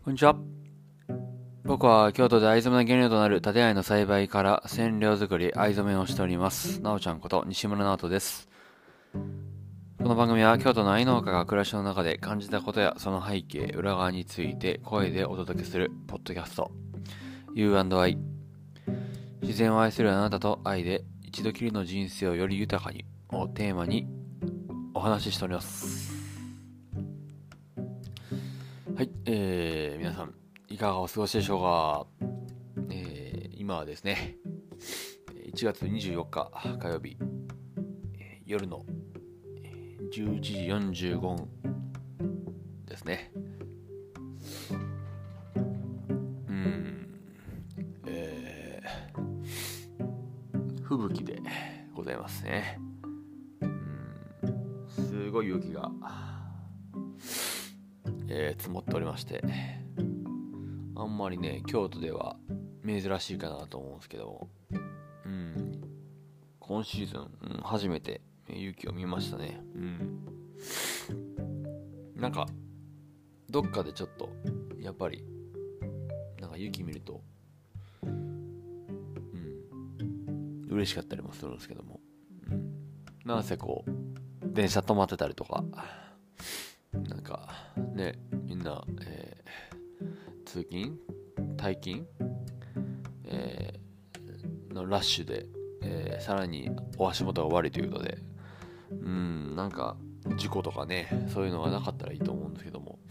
こんにちは。僕は京都で藍染めの原料となる建藍の栽培から染料作り、藍染めをしております。なおちゃんこと西村直人です。この番組は京都の藍農家が暮らしの中で感じたことやその背景、裏側について声でお届けするポッドキャスト U&I。 自然を愛するあなたと愛で一度きりの人生をより豊かにをテーマにお話ししております。はい、皆さんいかがお過ごしでしょうか。今はですね、1月24日火曜日、夜の11時45分ですね。吹雪でございますね。すごい雪が、積もっておりまして、あんまりね京都では珍しいかなと思うんですけど、今シーズン、初めて雪を見ましたね。なんかどっかでちょっとやっぱりなんか雪見ると嬉しかったりもするんですけども、なんせこう電車止まってたりとか、なんかねみんな、通勤退勤、のラッシュで、さらにお足元が悪いということで、なんか事故とかねそういうのがなかったらいいと思うんですけども、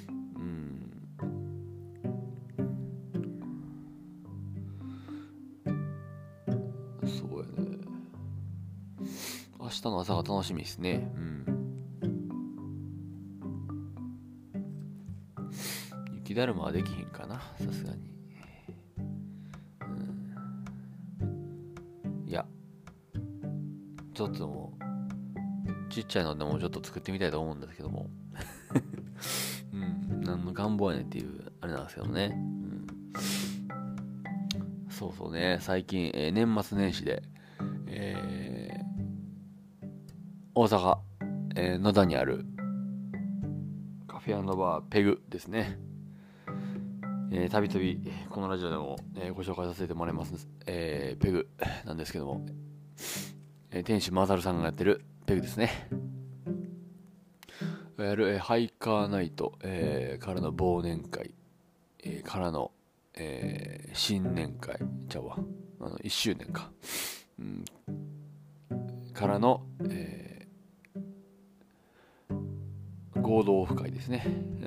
そうやね、明日の朝が楽しみですね。雪だるまはできひんかな、さすがに。いやちょっともうちっちゃいのでもちょっと作ってみたいと思うんですけども何の願望やねんっていうあれなんですけどね。そうそうね、最近、年末年始で、大阪、野田にあるカフェ&バーペグですね。たびたびこのラジオでも、ご紹介させてもらいます、ペグなんですけども、店主マザルさんがやってるペグですね。やる、ハイカーナイト、からの忘年会、からの、新年会ちゃうわ、1周年か、からの、合同オフ会ですね。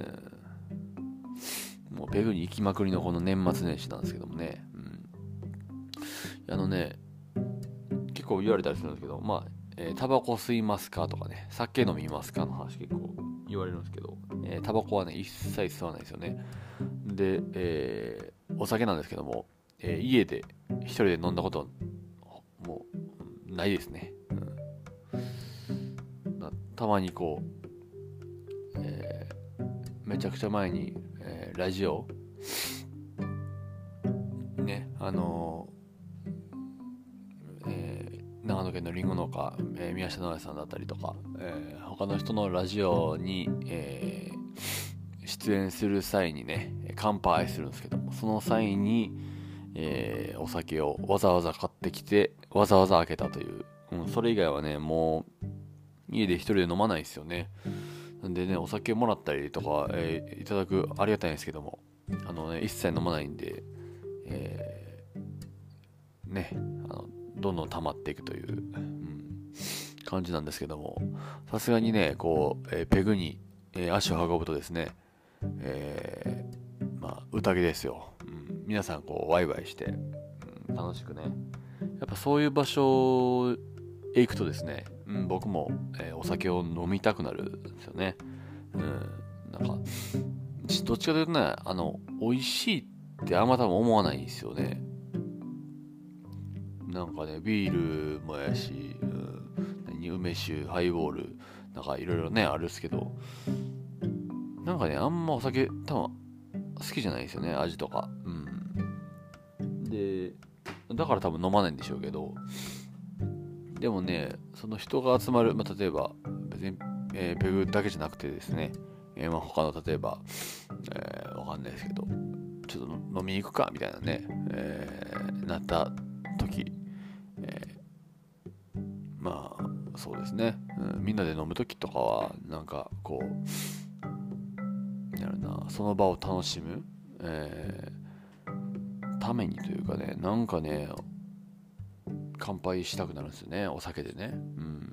もうペグに行きまくりのこの年末年始なんですけどもね、結構言われたりするんですけど、タバコ吸いますかとかね、酒飲みますかの話結構言われるんですけど、タバコはね一切吸わないですよね。で、お酒なんですけども、家で一人で飲んだこともうないですね。たまにこう、めちゃくちゃ前に、ラジオね、長野県のりんご農家、宮下直哉さんだったりとか、他の人のラジオに、出演する際にね乾杯するんですけども、その際に、お酒をわざわざ買ってきてわざわざ開けたという、それ以外はねもう家で一人で飲まないですよね。なんでね、お酒もらったりとか、いただくありがたいんですけども、一切飲まないんで、ね、どんどん溜まっていくという、感じなんですけども、さすがにねこう、ペグに、足を運ぶとですね、宴ですよ。皆さんこうワイワイして、楽しくね、やっぱそういう場所へ行くとですね、僕も、お酒を飲みたくなるんですよね。なんかどっちかというとね、美味しいってあんま多分思わないんですよね。なんかねビールもやし、梅酒ハイボールなんかいろいろねあるっすけど、なんかねあんまお酒多分好きじゃないんですよね、味とか。でだから多分飲まないんでしょうけど、でもねその人が集まる、例えば別に、ペグだけじゃなくてですね、他の例えば、わかんんないですけど、ちょっと飲みに行くかみたいなね、なった時、まあそうですね、みんなで飲む時とかはなんかこうその場を楽しむ、ためにというかね、なんかね乾杯したくなるんですよね、お酒でね。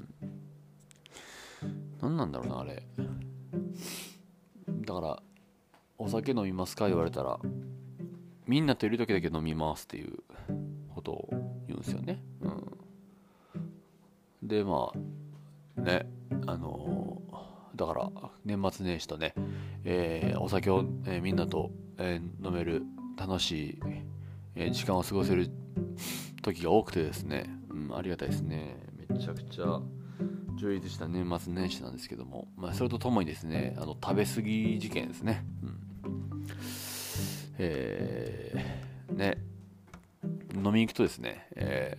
なんなんだろうなあれ。だからお酒飲みますか言われたら、みんなといる時だけ飲みますっていうことを言うんですよね。でまあね、だから年末年始とね、お酒を、みんなと、飲める楽しい、時間を過ごせる時が多くてですね、ありがたいですね。めちゃくちゃ充実した年末年始なんですけども、それとともにですね、食べ過ぎ事件ですね。ね、飲みに行くとですね、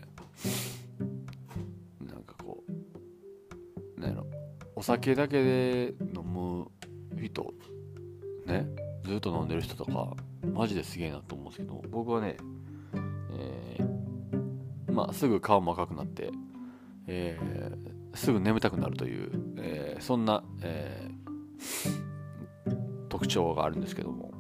なんかこう、なんやろ、お酒だけで飲む人、ね、ずっと飲んでる人とか、マジですげえなと思うんですけど、僕はね、すぐ顔も赤くなって、すぐ眠たくなるという、そんな、特徴があるんですけども、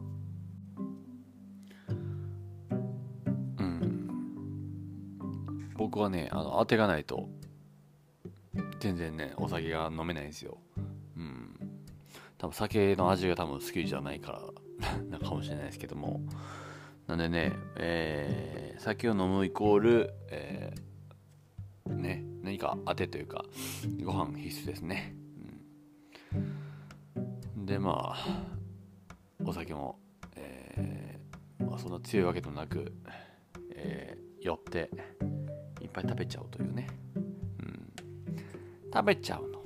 僕はね、当てがないと全然ねお酒が飲めないんですよ。多分酒の味が多分好きじゃないからなかもしれないですけども、なんでね、酒を飲むイコール、何か当てというかご飯必須ですね。でお酒も、そんな強いわけでもなく、酔っていっぱい食べちゃうというね、食べちゃうの、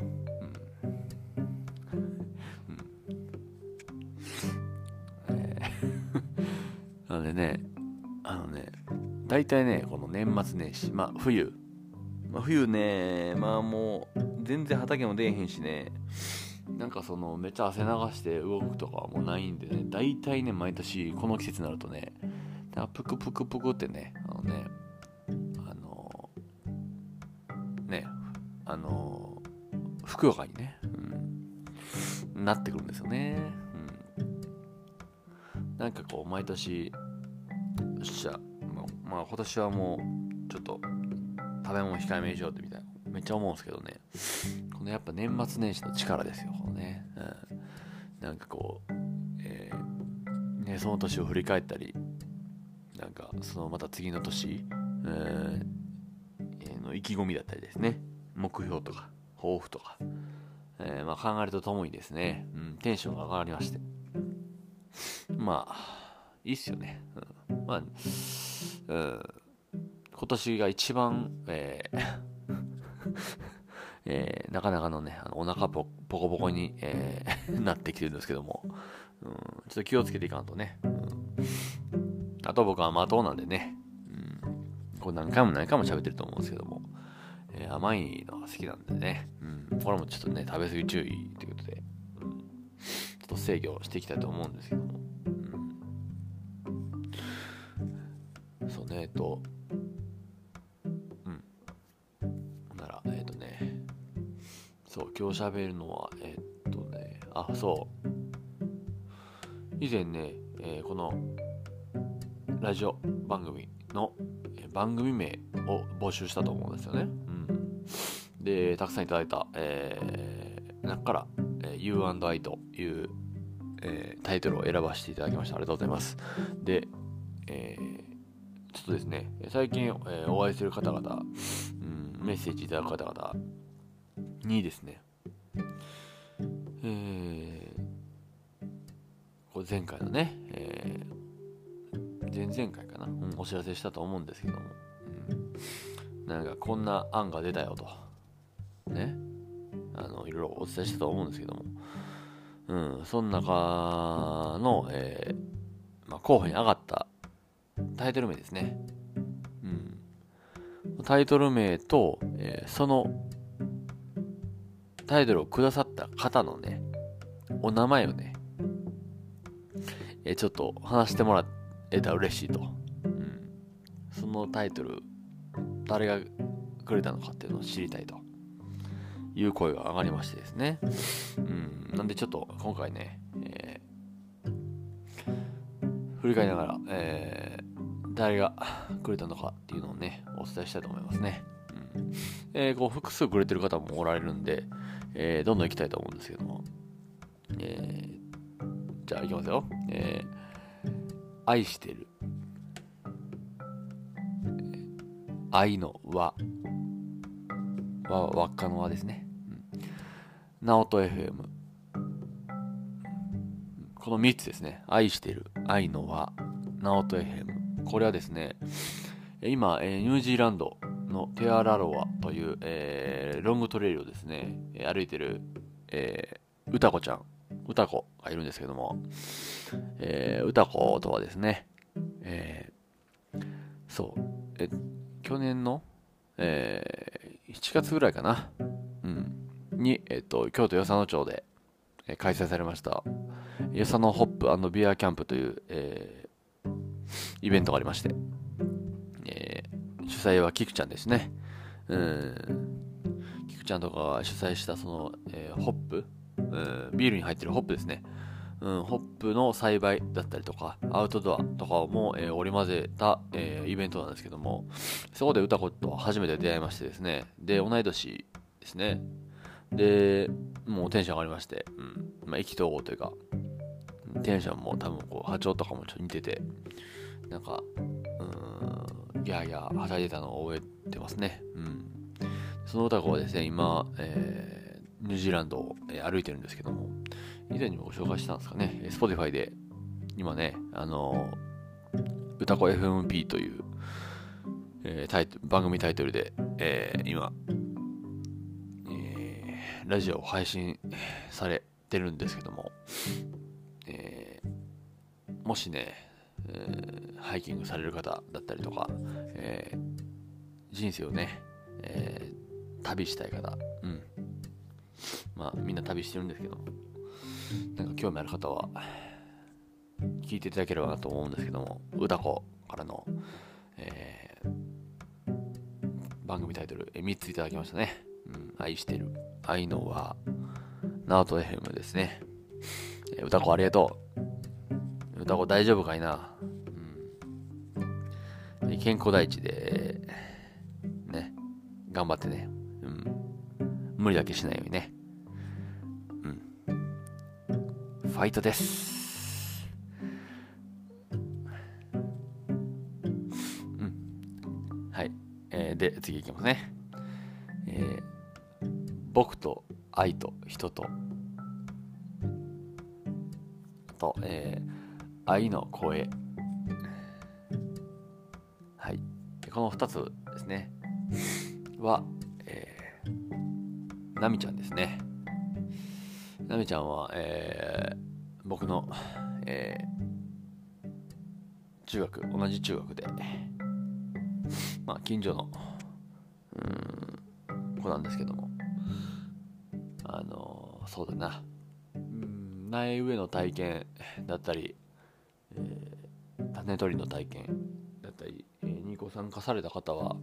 なのでね、大体ねこの年末年始、冬ね、もう全然畑も出えへんしね、なんかめっちゃ汗流して動くとかはもうないんでね、大体ね毎年この季節になるとね、プクプクプクってね、ふくよかにね、なってくるんですよね。なんかこう毎年、よっしゃ、今年はもうちょっと食べ物控えめにしようってみたいなめっちゃ思うんですけどね、このやっぱ年末年始の力ですよ、このね、なんかこう、その年を振り返ったり、なんかそのまた次の年、の意気込みだったりですね、目標とか抱負とか、考えるとともにですね、テンションが上がりまして、いいっすよね。今年が一番、なかなかのね、お腹ポコポコに、なってきてるんですけども、ちょっと気をつけていかんとね。あと僕は甘党なんでね、これ何回も喋ってると思うんですけども、甘いのが好きなんでね、これもちょっとね、食べ過ぎ注意ということで、ちょっと制御していきたいと思うんですけども、そうね、なら、そう、今日喋るのは、以前ね、このラジオ番組の番組名を募集したと思うんですよね。で、たくさんいただいた、中から、You&I という、タイトルを選ばせていただきました。ありがとうございます。で、ちょっとですね、最近、お会いする方々、メッセージいただく方々にですね、これ前回のね、前々回かな、お知らせしたと思うんですけども、なんかこんな案が出たよとね、いろいろお伝えしたと思うんですけども、その中の、候補に上がったタイトル名ですね。タイトル名と、そのタイトルをくださった方のね、お名前をね、 ちょっと話してもらえたら嬉しいと。そのタイトル、誰がくれたのかっていうのを知りたいという声が上がりましてですね。なんでちょっと今回ね、振り返りながら、誰がくれたのかっていうのをね、お伝えしたいと思いますね。こう複数くれてる方もおられるんで、どんどん行きたいと思うんですけども、じゃあ行きますよ。愛してる。愛の輪。輪っかの輪ですね。ナオト FM。この3つですね。愛してる。愛の輪。ナオト FM。これはですね、今、ニュージーランドのテアラロワという、ロングトレイルをですね、歩いてる、歌子ちゃん、歌子がいるんですけども、歌子とはですね、そう、去年の、7月ぐらいかな、に、京都与謝野町で、開催されました与謝野ホップ&ビアキャンプという、イベントがありまして、主催はキクちゃんですね。キクちゃんとかが主催したその、ホップ、ビールに入ってるホップですね。ホップの栽培だったりとか、アウトドアとかも、織り交ぜた、イベントなんですけども、そこで歌子と初めて出会いましてですね、で、同い年ですね。で、もうテンション上がりまして、意気投合というか、テンションも多分こう波長とかもちょっと似てて、なんか、ギャーギャーはしゃいでたのを覚えてますね。その歌子はですね、今、ニュージーランドを、歩いてるんですけども、以前にもご紹介したんですかね、Spotify で、今ね、歌子 FMP という、番組タイトルで、今、ラジオを配信されてるんですけども、もしね、ハイキングされる方だったりとか、人生をね、旅したい方、みんな旅してるんですけども、なんか興味ある方は聞いていただければなと思うんですけども、歌子からの、番組タイトル、3ついただきましたね。愛してる、愛のはナオト FM ですね。歌子ありがとう。歌子大丈夫かいな。健康第一でね、頑張ってね。無理だけしないようにね。ファイトです。はい。で、次いきますね。僕と愛と人と、あと、愛の声。はい。この2つですね。は、ナミちゃんですね。ナミちゃんは、僕の、同じ中学で、近所の、子なんですけども、そうだな、苗植えの体験だったり、種取りの体験だったり、にご参加された方は、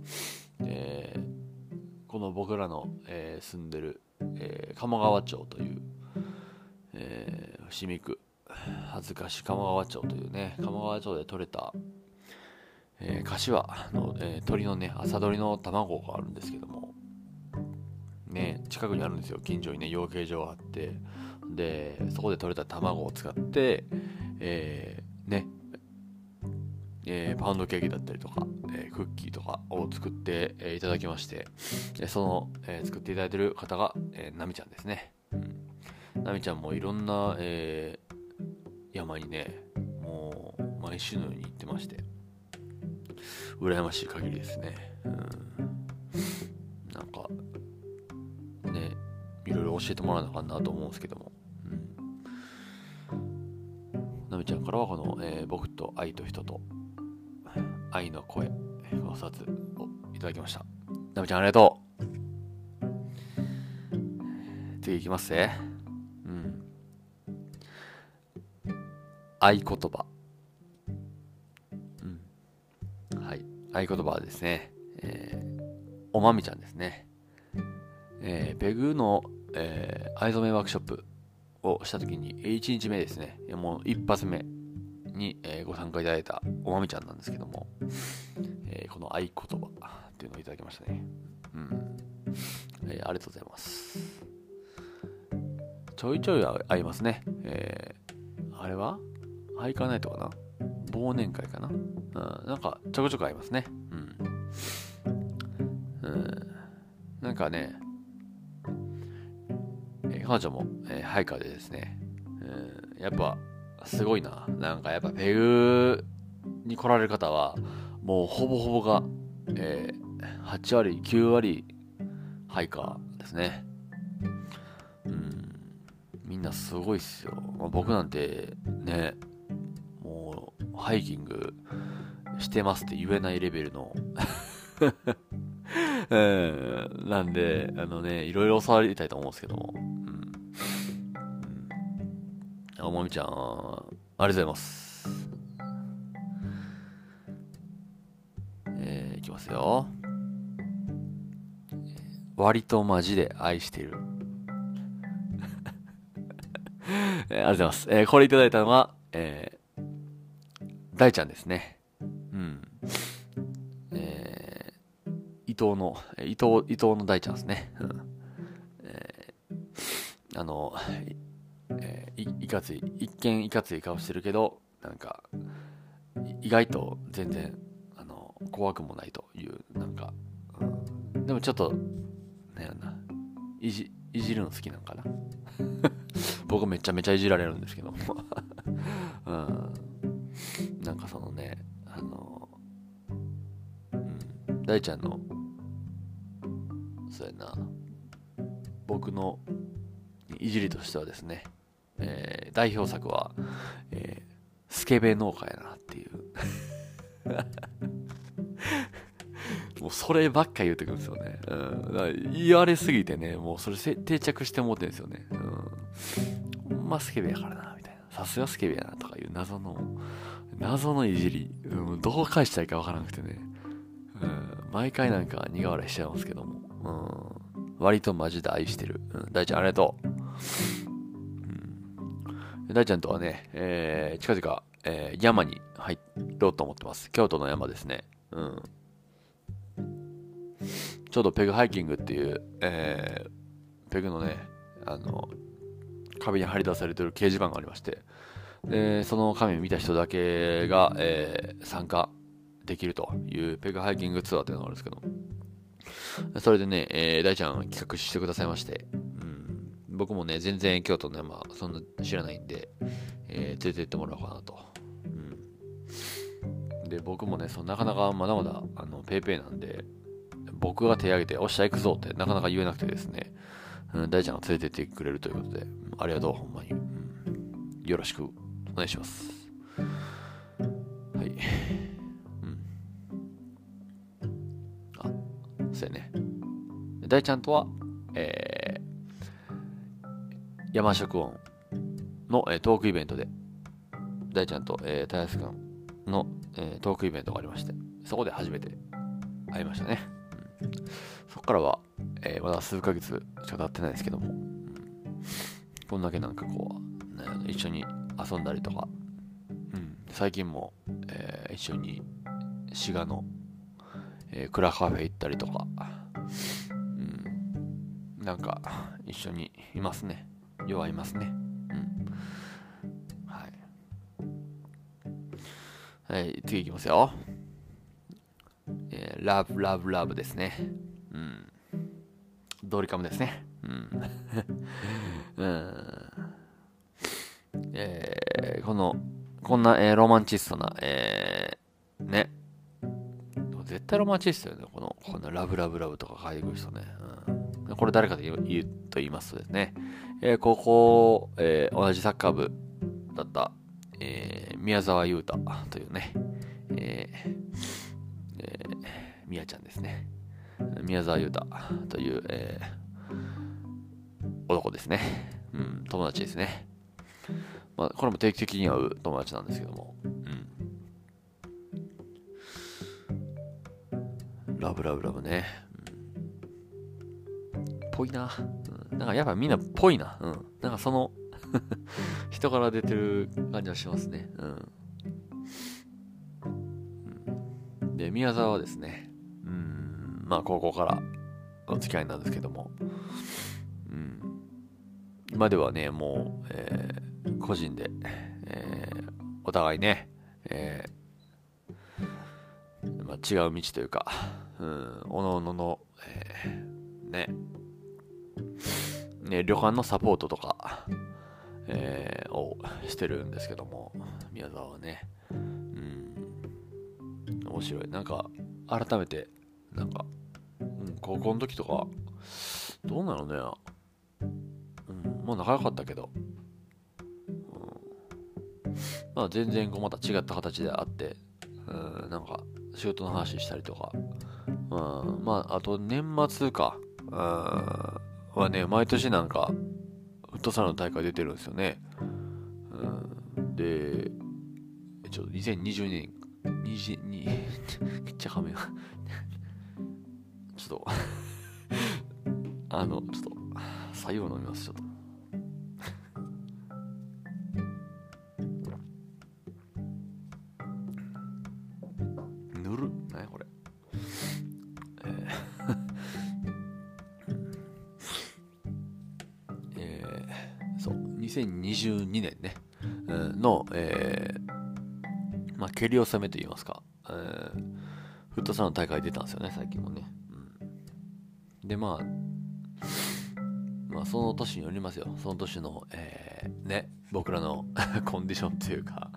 この僕らの、住んでる、鴨川町という、伏見区恥ずかし鴨川町というね、鴨川町で採れた、柏の、鳥のね、朝取りの卵があるんですけどもね、近くにあるんですよ。近所にね、養鶏場があって、でそこで採れた卵を使って、パウンドケーキだったりとか、クッキーとかを作って、いただきまして、その、作っていただいている方が、ナミちゃんですね。ナミちゃんもいろんな、山にね、もう毎週のように行ってまして、羨ましい限りですね。なんかね、いろいろ教えてもらわなあかんなと思うんですけども、ナミちゃんからはこの、僕と愛と人と愛の声、この2つをいただきました。ナミちゃんありがとう。次いきますね。 合言葉。はい。合言葉はですね、おまみちゃんですね。ペグの、藍染めワークショップをしたときに、1日目ですね、もう一発目に、ご参加いただいたおまみちゃんなんですけども、この合言葉っていうのをいただきましたね。ありがとうございます。ちょいちょい合いますね。あれはハイカーナイトかな、忘年会かな、なんかちょこちょこ合いますね。なんかね、彼女も、ハイカーでですね、やっぱすごいな。なんかやっぱペグに来られる方は、もうほぼほぼが、8割、9割ハイカーですね。みんなすごいっすよ。僕なんてね、もうハイキングしてますって言えないレベルのなんで、いろいろ教わりたいと思うんですけども。おもみちゃん、ありがとうございます。いきますよ。割とマジで愛してる。ありがとうございます。これいただいたのは、大ちゃんですね。伊藤の大ちゃんですね。いかつい、一見いかつい顔してるけど、なんか、意外と全然、怖くもないという、なんか、でもちょっと、なんやな、いじるの好きなんかな。僕めちゃめちゃいじられるんですけども、なんかそのね、大ちゃんの、そうやな、僕のいじりとしてはですね、代表作は、スケベ農家やなっていうもうそればっか言うてくるんですよね。言われすぎてね、もうそれ定着して思ってるんですよね。スケベやからな、みたいな。さすがスケベやな、とかいう謎のいじり、どう返したらいいかわからなくてね。毎回なんか苦笑いしちゃいますけども。割とマジで愛してる。大ちゃんありがとう。大ちゃんとはね、近々、山に入ろうと思ってます。京都の山ですね。ちょうどペグハイキングっていう、ペグのね、壁に貼り出されてる掲示板がありまして、その紙を見た人だけが、参加できるというペグハイキングツアーというのがあるんですけど、それでね、大ちゃん企画してくださいまして、僕もね、全然京都の山、そんな知らないんで、連れて行ってもらおうかなと。で、僕もね、なかなかまだまだ、ペイペイなんで、僕が手挙げて、おっしゃ行くぞってなかなか言えなくてですね、大ちゃんが連れてってくれるということで、ありがとう、ほんまに。よろしくお願いします。はい。そうやね。大ちゃんとは、山食音の、トークイベントで、大ちゃんと、たやすくんの、トークイベントがありまして、そこで初めて会いましたね。そこからは、まだ数ヶ月しか経ってないですけども、こんだけなんかこう、一緒に遊んだりとか、最近も、一緒に滋賀の、クラカフェ行ったりとか、なんか一緒にいますね。弱いますね。はい。次いきますよ。ラブラブラブですね。ドリカムですね。こんな、ロマンチストな、ね。絶対ロマンチストよね。こんなラブラブラブとか書いてくる人ね。これ誰かで言うと言いますとですね、高校、同じサッカー部だった、宮沢優太というね、宮ちゃんですね。宮沢優太という、男ですね。友達ですね。 まあ、これも定期的に会う友達なんですけども、ラブラブラブね。ぽいな。なんかやっぱみんなぽいな。なんかその人から出てる感じはしますね。で、宮沢はですね、まあ高校からお付き合いなんですけども、今ではね、もう、個人で、お互いね、まあ、違う道というか、おのおのの、ね、旅館のサポートとか、をしてるんですけども、宮沢はね、面白い。なんか、改めて、なんか、高校の時とか、どうなのね、もう仲良かったけど、まあ全然こうまた違った形であって、なんか仕事の話したりとか、まああと年末か、はね、毎年なんか、フットサルの大会出てるんですよね。で、2020年、22、めっちゃカメが、ちょっと、ちょっと、左右飲みます、ちょっと。ぬる何やこれ。そう、2022年ね、の、まあ、蹴り納めと言いますか、フットサルの大会出たんですよね、最近もね。で、まあ、その年によりますよ。その年の、ね、僕らのコンディションというか、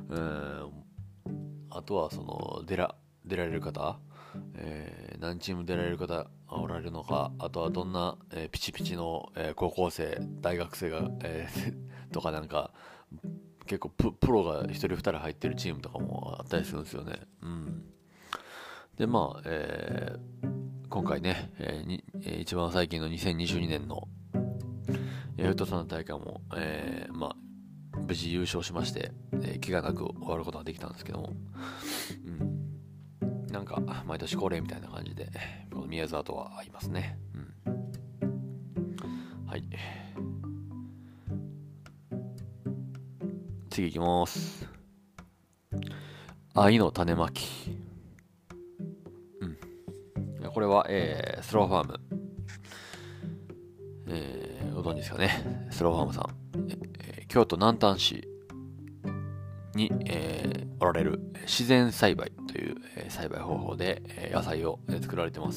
あとは、出られる方、何チーム出られる方がおられるのか、あとはどんな、ピチピチの、高校生、大学生が、とかなんか、結構プロが1人2人入ってるチームとかもあったりするんですよね。で、まあ、今回ね、一番最近の2022年の、フットサルの大会も、まあ、無事優勝しまして、気がなく終わることができたんですけども、なんか毎年恒例みたいな感じでこの宮沢とは会いますね。はい、次いきます。愛の種まき。これは、スローファーム、ご存知ですかね。スローファームさん、京都南丹市に、おられる自然栽培という、栽培方法で、野菜を、作られてます。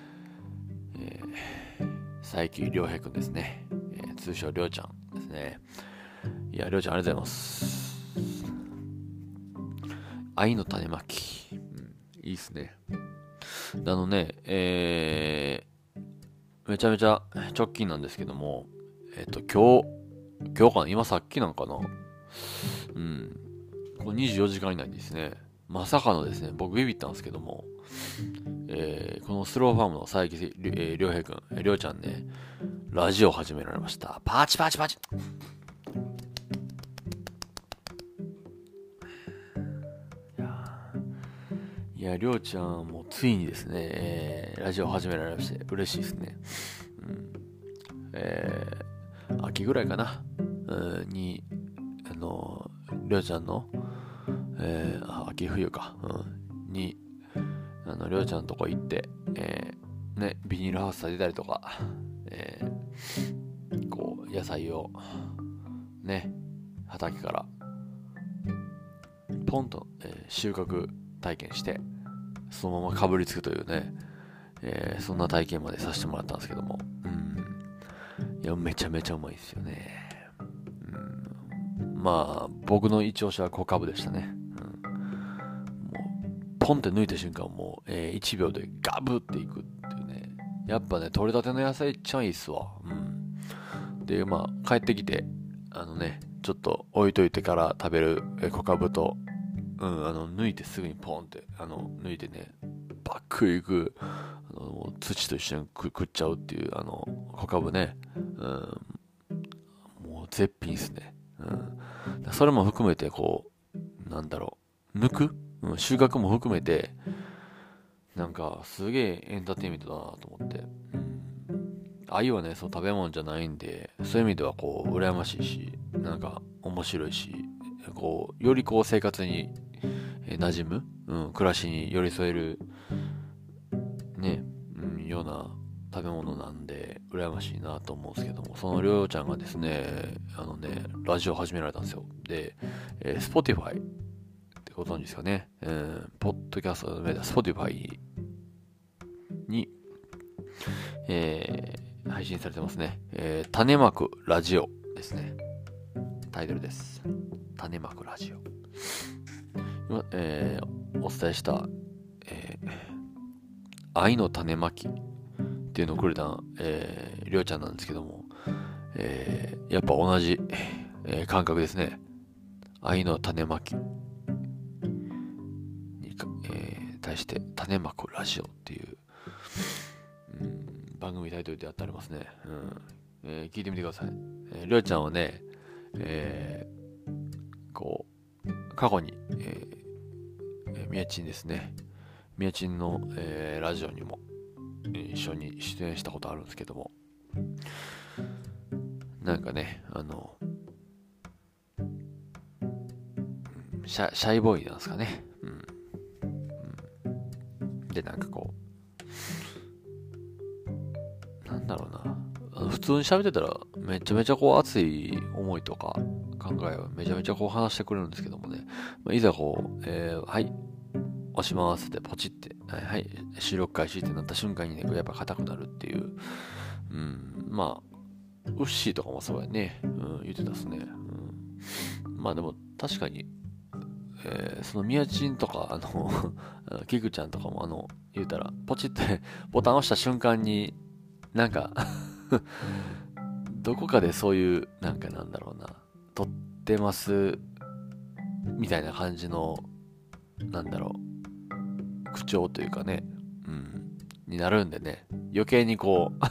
佐伯良平くんですね。通称良ちゃんですね。いや、良ちゃんありがとうございます。愛の種まき。いいっすね。めちゃめちゃ直近なんですけども、今日かな今さっきなんかなこの24時間以内にですね、まさかのですね、僕ビビったんですけども、このスローファームの佐伯良平くん、良ちゃんね、ラジオを始められました。パチパチパチ。いや、りょうちゃんもついにですね、ラジオを始められまして嬉しいですね。秋ぐらいかな、に、りょうちゃんの、秋冬か、に、りょうちゃんのとこ行って、ね、ビニールハウス建てたりとか、こう、野菜を、ね、畑からポンと、収穫体験してそのままかぶりつくというね、そんな体験までさせてもらったんですけども、いやめちゃめちゃうまいですよね。まあ僕の一押しは小かぶでしたね。もうポンって抜いた瞬間もう、1秒でガブっていくっていうね。やっぱね取れたての野菜一番いいっすわ。でまあ帰ってきてちょっと置いといてから食べる小かぶと、抜いてすぐにポンって抜いてねバックいく土と一緒に食っちゃうっていう小かぶね、もう絶品っすね。 それも含めてこう、なんだろう、収穫も含めて、なんかすげえエンターテインメントだなと思って。鮎はね、そう食べ物じゃないんで、そういう意味ではこう、羨ましいし、なんか面白いし、こう、よりこう生活に馴染む、暮らしに寄り添える、ね、ような食べ物なんで、羨ましいなと思うんですけども、そのりょうちゃんがですね、ラジオを始められたんですよ。で、Spotify ってご存知ですかね。ポッドキャストのSpotify に、配信されてますね。種まくラジオですね。タイトルです。種まくラジオ。お伝えした、愛の種まきっていうのをくれた、りょうちゃんなんですけども、やっぱ同じ、感覚ですね。愛の種まきに、対して種まくラジオっていう、番組タイトルでやってありますね。聞いてみてください。りょうちゃんはね、こう、過去に、みやちんですね。みやちんの、ラジオにも、一緒に出演したことあるんですけども、なんかね、シャイボーイなんですかね。で、なんかこう、なんだろうな。普通に喋ってたら、めちゃめちゃこう熱い思いとか考えをめちゃめちゃこう話してくれるんですけどもね。いざこう、はい、押しますってポチって、はい、収録開始ってなった瞬間にね、やっぱ硬くなるっていう。まあ、ウッシーとかもそうやね。言ってたっすね。まあでも確かに、そのみやちんとか、キクちゃんとかも言うたら、ポチってボタン押した瞬間に、なんかどこかでそういう、なんかなんだろうな、撮ってます、みたいな感じの、なんだろう、口調というかね、になるんでね、余計にこう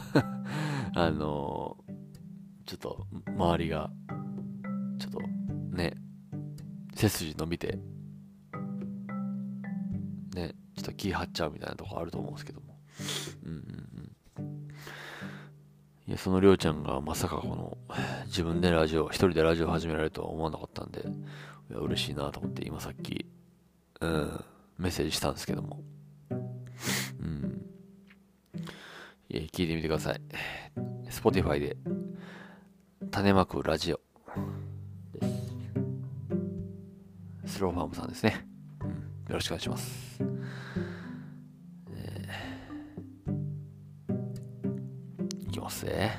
ちょっと周りが、ちょっとね、背筋伸びて、ね、ちょっと気張っちゃうみたいなとこあると思うんですけども。いや、そのりょうちゃんがまさかこの、自分で一人でラジオ始められるとは思わなかったんで、いや嬉しいなと思って今さっき、メッセージしたんですけども。聞いてみてください。Spotify で、種まくラジオです。スローファームさんですね。よろしくお願いします。いきますね。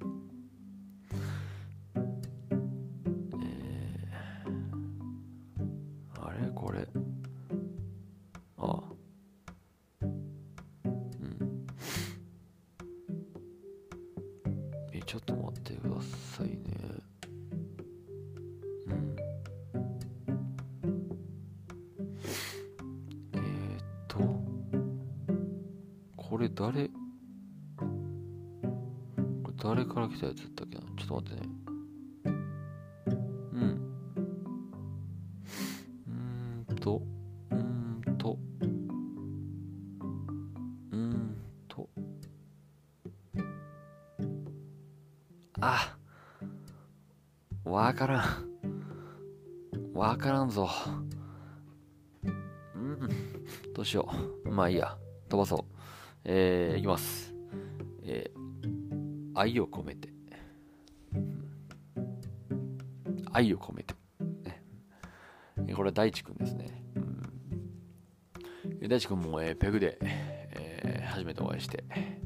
あれこれ。ちょっと待ってくださいね。これ誰から来たやつだったっけな。ちょっと待ってね。あ、わからんぞ。どうしよう。まあいいや。飛ばそう。いきます。愛を込めて。愛を込めて。これは大地くんですね。大地くんも、ペグで、初めてお会いして、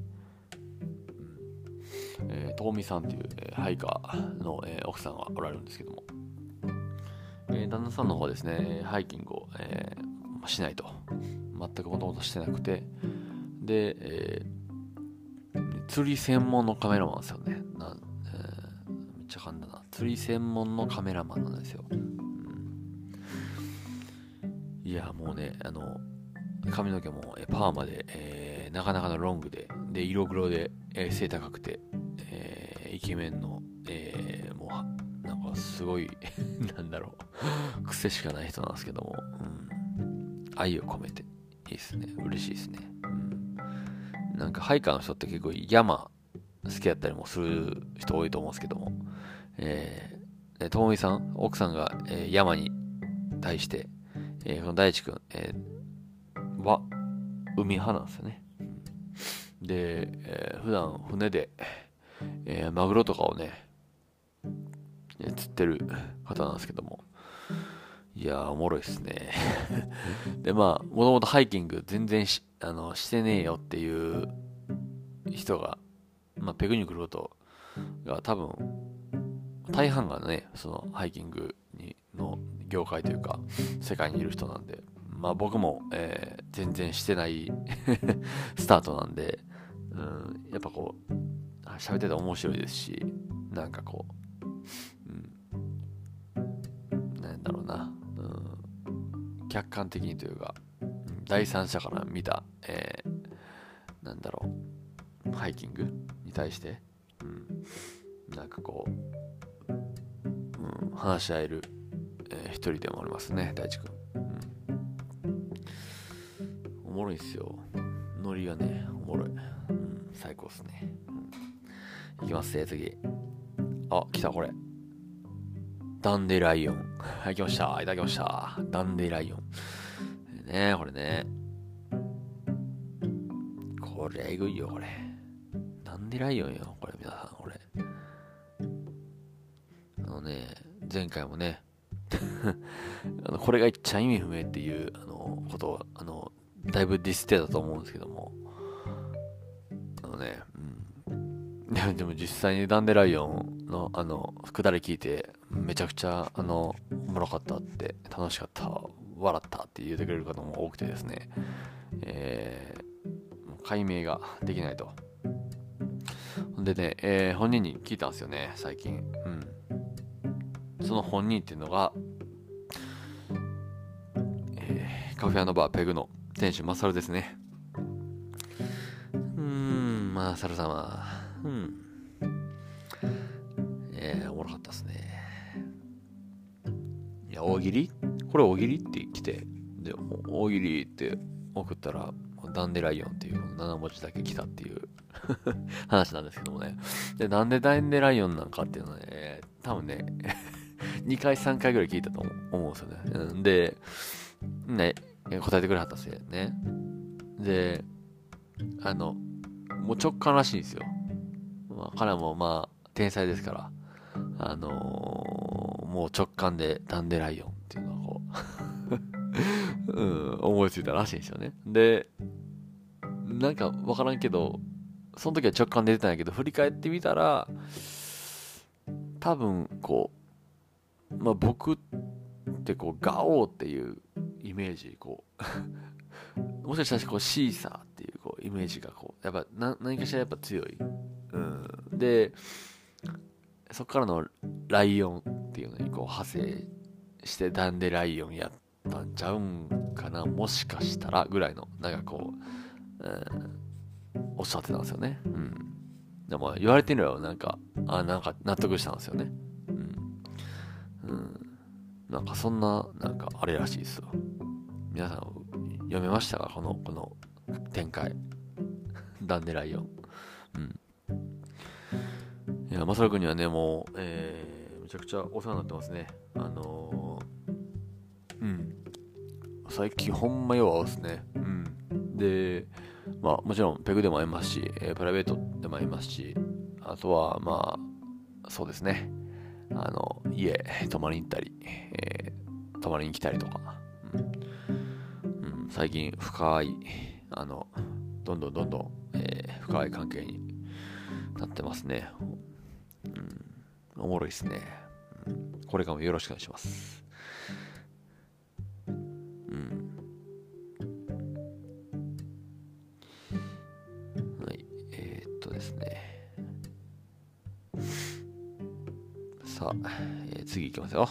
ともみさんという、ハイカーの、奥さんがおられるんですけども、旦那さんの方はですね、ハイキングを、しないと。全くもともとしてなくて、で、釣り専門のカメラマンですよね。めっちゃ噛んだな。釣り専門のカメラマンなんですよ。いや、もうね、髪の毛もパーマで、なかなかのロングで、色黒で、背高くて、イケメンの、もう、なんかすごいなんだろう癖しかない人なんですけども、愛を込めていいですね。嬉しいですね。なんかハイカーの人って結構山好きやったりもする人多いと思うんですけども、ともみさん、奥さんが、山に対して、この大地君、は海派なんですよね。で、普段船で、マグロとかをね、釣ってる方なんですけども、いやー、おもろいっすね。で、まあ、もともとハイキング全然してねえよっていう人が、まあ、ペグに来ることが多分、大半がね、そのハイキングの業界というか、世界にいる人なんで、まあ僕も、全然してないスタートなんで、やっぱこう、喋ってて面白いですし、なんかこう、なんだろうな、客観的にというか、第三者から見た、なんだろう、ハイキングに対して、なんかこう、話し合える、一人でもありますね、大地君。おもろいっすよ。ノリがね、おもろい。最高っすね。いきますね、次。あ、来た、これ。ダンデライオン。はい、来ました。いただきました。ダンデライオン。ねこれね。これ、えぐいよ、これ。ダンデライオンよ、これ、皆さん、これ。前回もね、これがいっちゃ意味不明っていう、ことを、だいぶディスってたと思うんですけども、でも実際にダンデライオンの下り聞いてめちゃくちゃおもろかったって楽しかった笑ったって言ってくれる方も多くてですね、解明ができないと。でね、本人に聞いたんですよね最近。その本人っていうのが、カフェバーペグの店主マサルですね。マサル様、おもろかったですね。いや、大喜利これ大喜利って来て、で、大喜利って送ったら、ダンデライオンっていう7文字だけ来たっていう話なんですけどもね。で、なんでダンデライオンなんかっていうのはね、多分ね、2回3回ぐらい聞いたと思うんですよね。で、答えてくれはったんですよね。で、もう直感らしいんですよ。彼もまあ、天才ですから、もう直感でダンデライオンっていうのをこう、思いついたらしいんですよね。で、なんかわからんけど、その時は直感で出てないけど、振り返ってみたら、多分こう、まあ僕ってこう、ガオーっていうイメージ、こう、もしかしたらこうシーサーっていうこうイメージがこう、やっぱ何かしらやっぱ強い。で、そこからのライオンっていうのにこう派生してダンデライオンやったんちゃうんかな、もしかしたらぐらいのなんかこう、おっしゃってたんですよね。でも言われてみればなんか納得したんですよね。なんかそんななんかあれらしいですよ。皆さん読めましたか、この展開。ダンデライオン。いや、マサル君にはね、もう、めちゃくちゃお世話になってますね。最近ほんまよう会うっすね。で、まあもちろんペグでも会いますし、プライベートでも会いますし、あとはまあ、そうですね。家泊まりに行ったり、泊まりに来たりとか、最近深い、どんどん、深い関係になってますね。おもろいですね。これからもよろしくお願いします。はい。ですね。さあ、次いきますよ。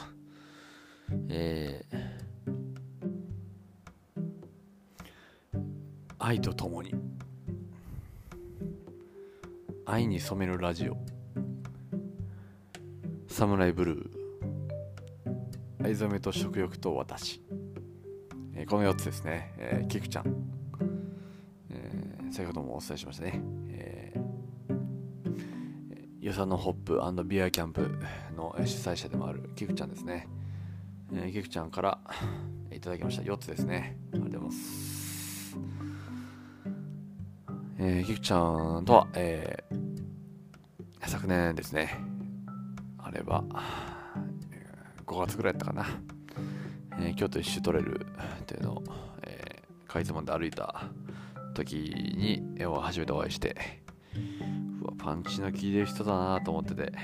愛とともに。愛に染めるラジオ。サムライブルー。 藍染めと食欲と私、この4つですね。キクちゃん、先ほどもお伝えしましたね。与謝野ホップ&ビアキャンプの主催者でもあるキクちゃんですね。キクちゃんからいただきました4つですね。ありがとうございます。キクちゃんとは、昨年ですね、あれば5月ぐらいだったかな、京都一周取れるっていうのを、かいつまんで歩いた時に初めてお会いして、パンチの効いてる人だなと思ってて、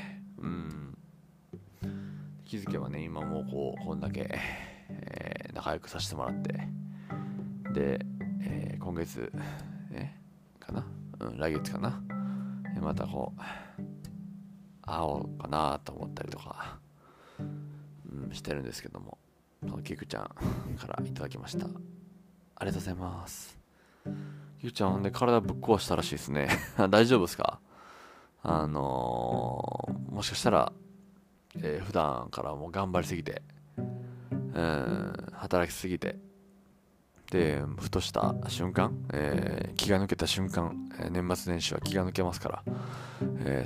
気づけばね、今もうこんだけ、仲良くさせてもらって、で、今月、かな、来月かな、また会おうかなと思ったりとか、してるんですけども、そのキクちゃんからいただきました。ありがとうございます。キクちゃんほんで体ぶっ壊したらしいですね。大丈夫ですか？もしかしたら、普段からもう頑張りすぎて、働きすぎて、でふとした瞬間、気が抜けた瞬間、年末年始は気が抜けますから、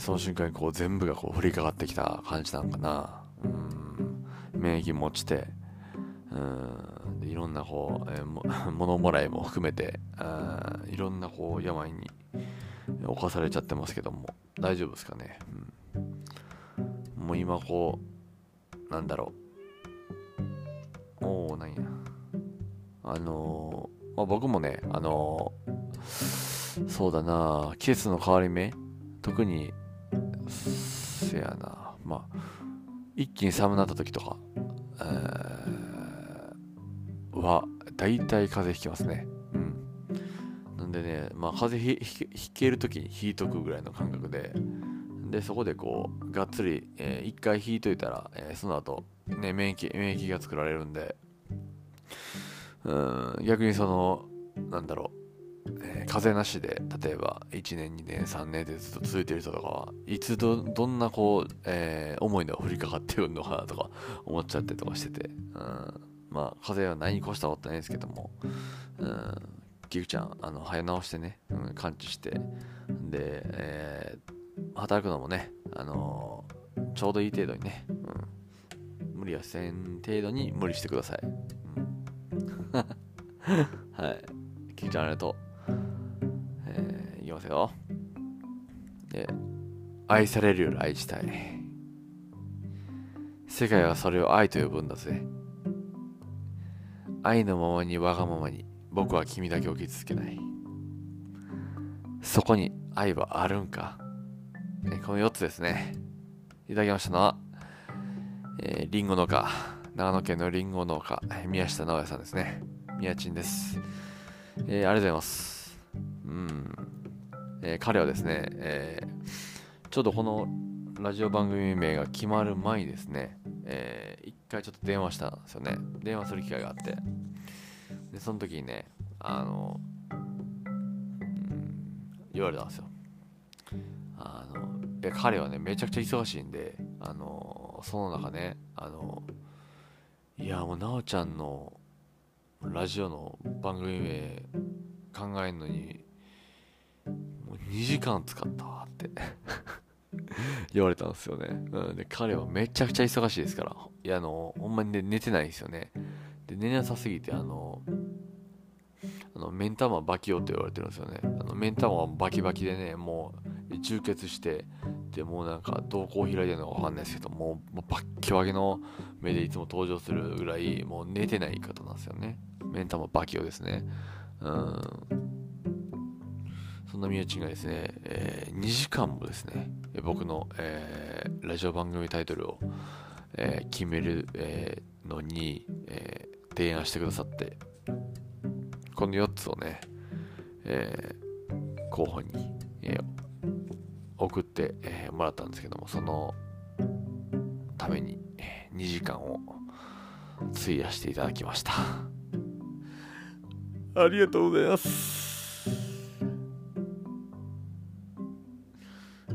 その瞬間に全部が降りかかってきた感じなんかな。免疫も落ちて、でいろんな物もらいも含めて、いろんな病に侵されちゃってますけども、大丈夫ですかね。もう今なんだろう、なんや、僕もね、そうだな、季節の変わり目、特にせやな、一気に寒くなった時とか、は大体風邪ひきますね。なんでね、風邪ひける時に引いとくぐらいの感覚で、そこでがっつり、一回引いといたら、その後ね、免疫が作られるんで、逆になんだろう、風邪なしで例えば1年2年3年でずっと続いてる人とかはいつどんな思いの降りかかってくるのかなとか思っちゃってとかしてて、風邪は何に越したことないんですけども、キクちゃん早直してね、完治してで、働くのもね、ちょうどいい程度にね、無理はせん程度に無理してください。はい、キクちゃんありがとう。いきますよ。愛されるより愛したい。世界はそれを愛と呼ぶんだぜ。愛のままにわがままに僕は君だけを傷つけない。そこに愛はあるんか。この4つですね。いただきましたのは、リンゴ農家、長野県のリンゴ農家、宮下直也さんですね。宮ちんです。ありがとうございます。彼はですね、ちょうどこのラジオ番組名が決まる前にですね、一回ちょっと電話したんですよね。電話する機会があって、でその時にね、言われたんですよ。彼はね、めちゃくちゃ忙しいんで、その中ね、いやもうなおちゃんのラジオの番組名考えるのにもう2時間使ったわって言われたんですよね。で彼はめちゃくちゃ忙しいですから、いやほんまに、ね、寝てないんですよね。で寝なさすぎて目ん玉バキオって言われてるんですよね。目ん玉はバキバキでね、もう充血して、でもうなんか瞳孔開いてるのかわかんないですけど、もうバッキバキの目でいつも登場するぐらいもう寝てない方なんですよね。目ん玉バキオですね。そんなみゆちんがですね、2時間もですね、僕の、ラジオ番組タイトルを、決める、のに、提案してくださって、この4つをね、候補に、送って、もらったんですけども、そのために、2時間を費やしていただきました。ありがとうございます。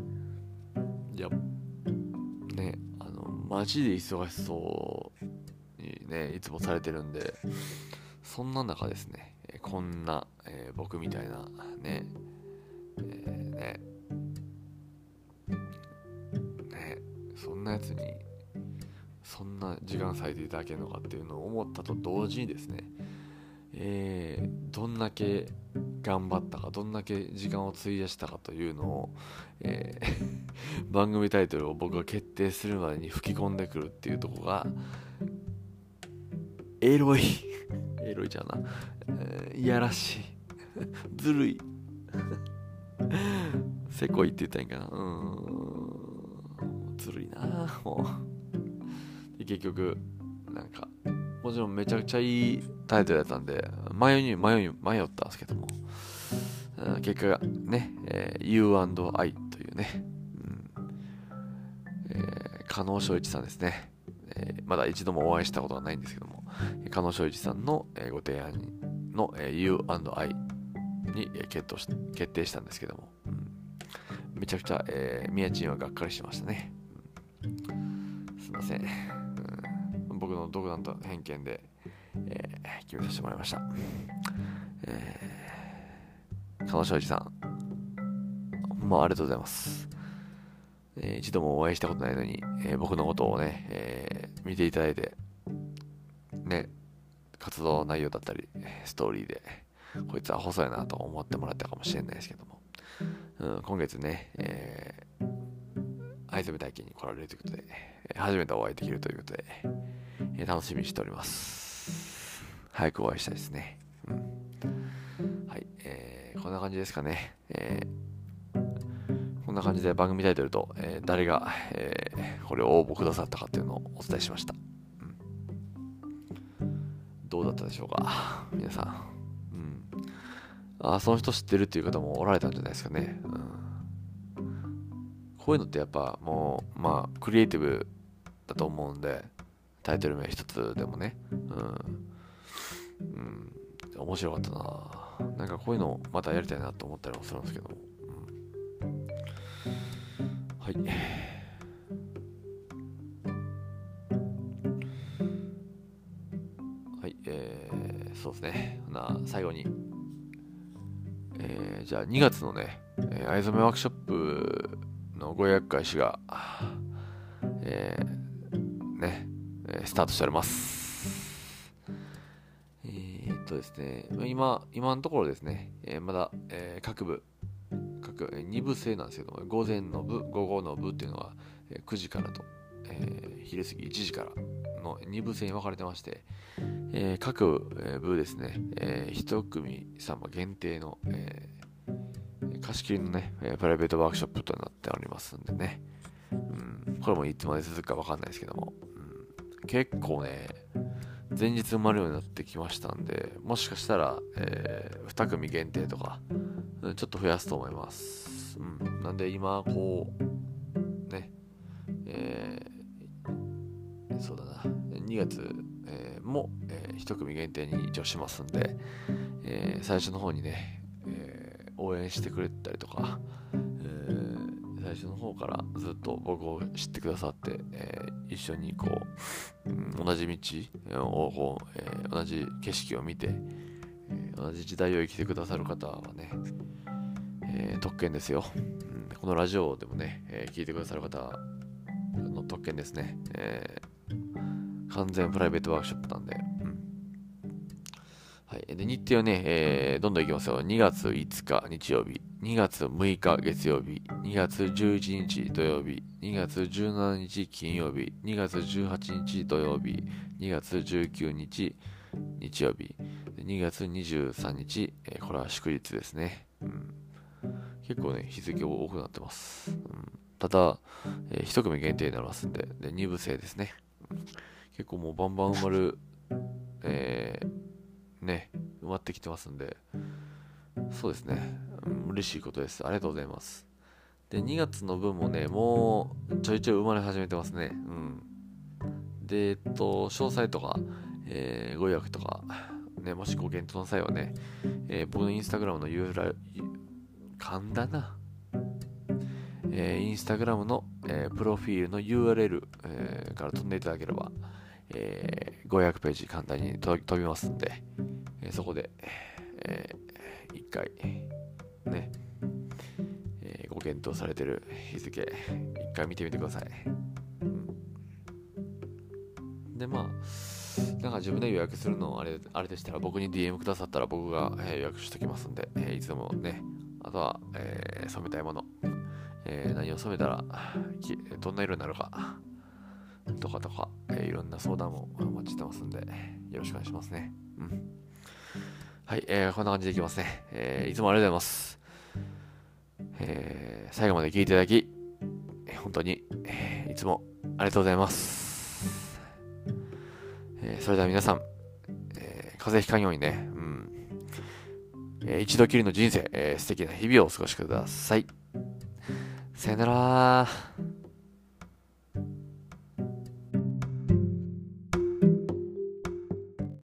いやね、マジで忙しそうね、いつもされてるんで、そんな中ですね、こんな、僕みたいなね、ね、そんなやつにそんな時間割いていただけるのかっていうのを思ったと同時にですね、どんだけ頑張ったか、どんだけ時間を費やしたかというのを、番組タイトルを僕が決定するまでに吹き込んでくるっていうところがエロいエロいじゃんな、いやらしいずるいせこいって言ったらいいんかな、ずるいなもう。で結局なんかもちろんめちゃくちゃいいタイトルだったんで迷ったんですけども、結果がね、You&I というね、加納翔一さんですね、まだ一度もお会いしたことはないんですけども、加納翔一さんの、ご提案の、You&I に、決定したんですけども、めちゃくちゃ、宮地はがっかりしましたね、すいません、僕の独断と偏見で、決めさせてもらいました。加納翔一さん、ほんまありがとうございます。一度もお会いしたことないのに、僕のことをね、見ていただいて、ね、活動内容だったり、ストーリーで、こいつは細いなと思ってもらったかもしれないですけども、今月ね、藍染め体験に来られるということで、初めてお会いできるということで、楽しみにしております。早くお会いしたいですね。はい、こんな感じですかね。こんな感じで番組タイトルと、誰が、これを応募くださったかっていうのをお伝えしました。どうだったでしょうか皆さん。その人知ってるっていう方もおられたんじゃないですかね。こういうのってやっぱもうまあクリエイティブだと思うんで、タイトル名一つでもね、面白かったな。なんかこういうのまたやりたいなと思ったりもするんですけども、はい。はい、そうですね。最後に、じゃあ2月のね、藍染めワークショップのご予約開始が、スタートしております。ですね、今のところですね、まだ、各2部制なんですけども、午前の部、午後の部っていうのは、9時からと、昼過ぎ1時からの2部制に分かれてまして、各、部ですね、1組様限定の、貸し切りのね、プライベートワークショップとなっておりますんでね、これもいつまで続くか分かんないですけども、結構ね、前日埋まるようになってきましたんで、もしかしたら、2組限定とか、ちょっと増やすと思います。なんで今、こう、ね、そうだな、2月、も、1組限定に一応しますんで、最初の方にね、応援してくれたりとか、最初の方からずっと僕を知ってくださって、一緒にこう、同じ道をこう、同じ景色を見て、同じ時代を生きてくださる方はね、特権ですよ。このラジオでもね、聞いてくださる方の特権ですね。完全プライベートワークショップなんで。はい、で日程はね、どんどんいきますよ。2月5日日曜日、2月6日月曜日、2月11日土曜日、2月17日金曜日、2月18日土曜日、2月19日日曜日、2月23日、これは祝日ですね。結構ね、日付多くなってます。ただ、1組限定になりますんで、2部制ですね。結構もうバンバン埋まる、ね、埋まってきてますんで、そうですね、嬉しいことです。ありがとうございます。で、2月の分もね、もうちょいちょい生まれ始めてますね。で、詳細とか、ご予約とか、ね、もしご検討の際はね、僕のインスタグラムの URL、噛んだな。インスタグラムの、プロフィールの URL、から飛んでいただければ、 500ページ簡単に飛びますんで、そこで、一回、ね、ご検討されてる日付、一回見てみてください。で、まあ、なんか自分で予約するのあれでしたら、僕に DM くださったら僕が、予約しときますんで、いつでもね、あとは、染めたいもの、何を染めたら、どんな色になるか、とか、いろんな相談もお待ちしてますんで、よろしくお願いしますね。はい、こんな感じでいきますね。いつもありがとうございます。最後まで聞いていただき、本当に、いつもありがとうございます。それでは皆さん、風邪ひかんようにね、一度きりの人生、素敵な日々をお過ごしください。さよなら。